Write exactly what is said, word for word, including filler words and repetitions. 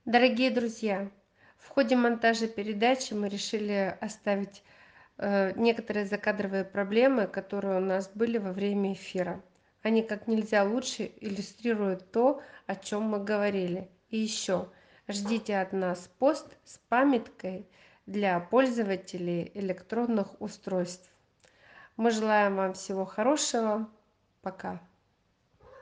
Дорогие друзья, в ходе монтажа передачи мы решили оставить э, некоторые закадровые проблемы, которые у нас были во время эфира. Они как нельзя лучше иллюстрируют то, о чем мы говорили. И еще, ждите от нас пост с памяткой для пользователей электронных устройств. Мы желаем вам всего хорошего. Пока.